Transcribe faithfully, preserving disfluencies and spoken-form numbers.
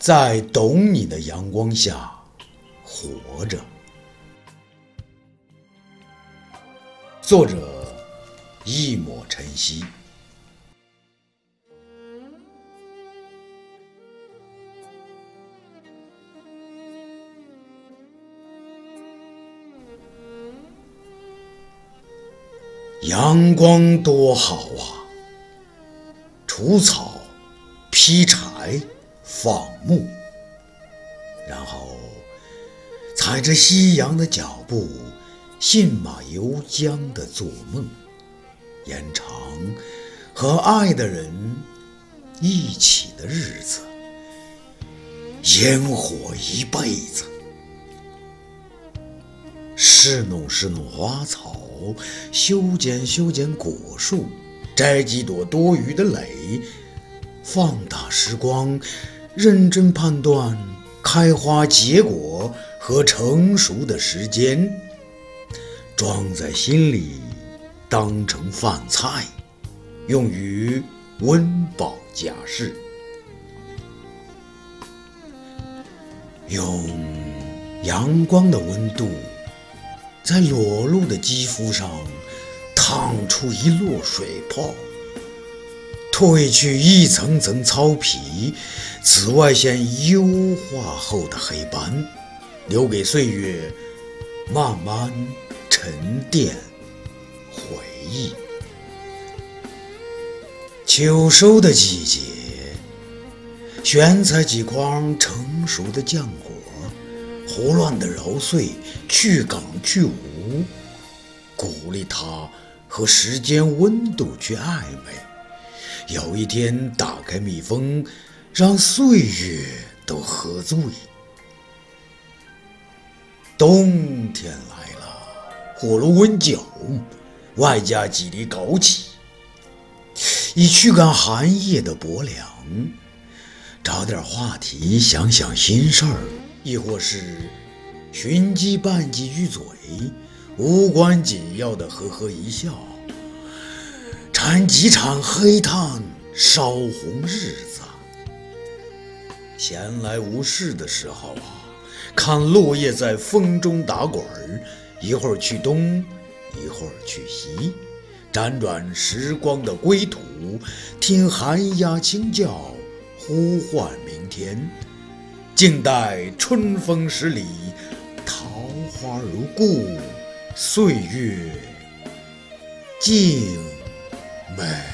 在懂你的阳光下活着。作者一抹晨曦。阳光多好啊！除草、劈柴、放牧，然后踩着夕阳的脚步，信马由缰地做梦，延长和爱的人一起的日子，烟火一辈子。侍弄侍弄花草，修剪修剪果树，摘几朵多余的蕾，放大时光，认真判断开花结果和成熟的时间，装在心里当成饭菜，用于温饱家事。用阳光的温度在裸露的肌肤上烫出一落水泡，褪去一层层糙皮，紫外线优化后的黑斑，留给岁月慢慢沉淀回忆。秋收的季节，选采几筐成熟的浆果，胡乱的揉碎，去梗去无，鼓励它和时间温度去暧昧。有一天打开密封，让岁月都喝醉。冬天来了，火炉温酒，外加几粒枸杞，以驱赶寒夜的薄凉。找点话题想想心事儿，亦或是寻机拌几句嘴，无关紧要的呵呵一笑，缠几场黑炭，烧红日子。闲来无事的时候啊，看落叶在风中打滚儿，一会儿去东，一会儿去西，辗转时光的归途，听寒鸦轻叫，呼唤明天，静待春风十里，桃花如故，岁月静美。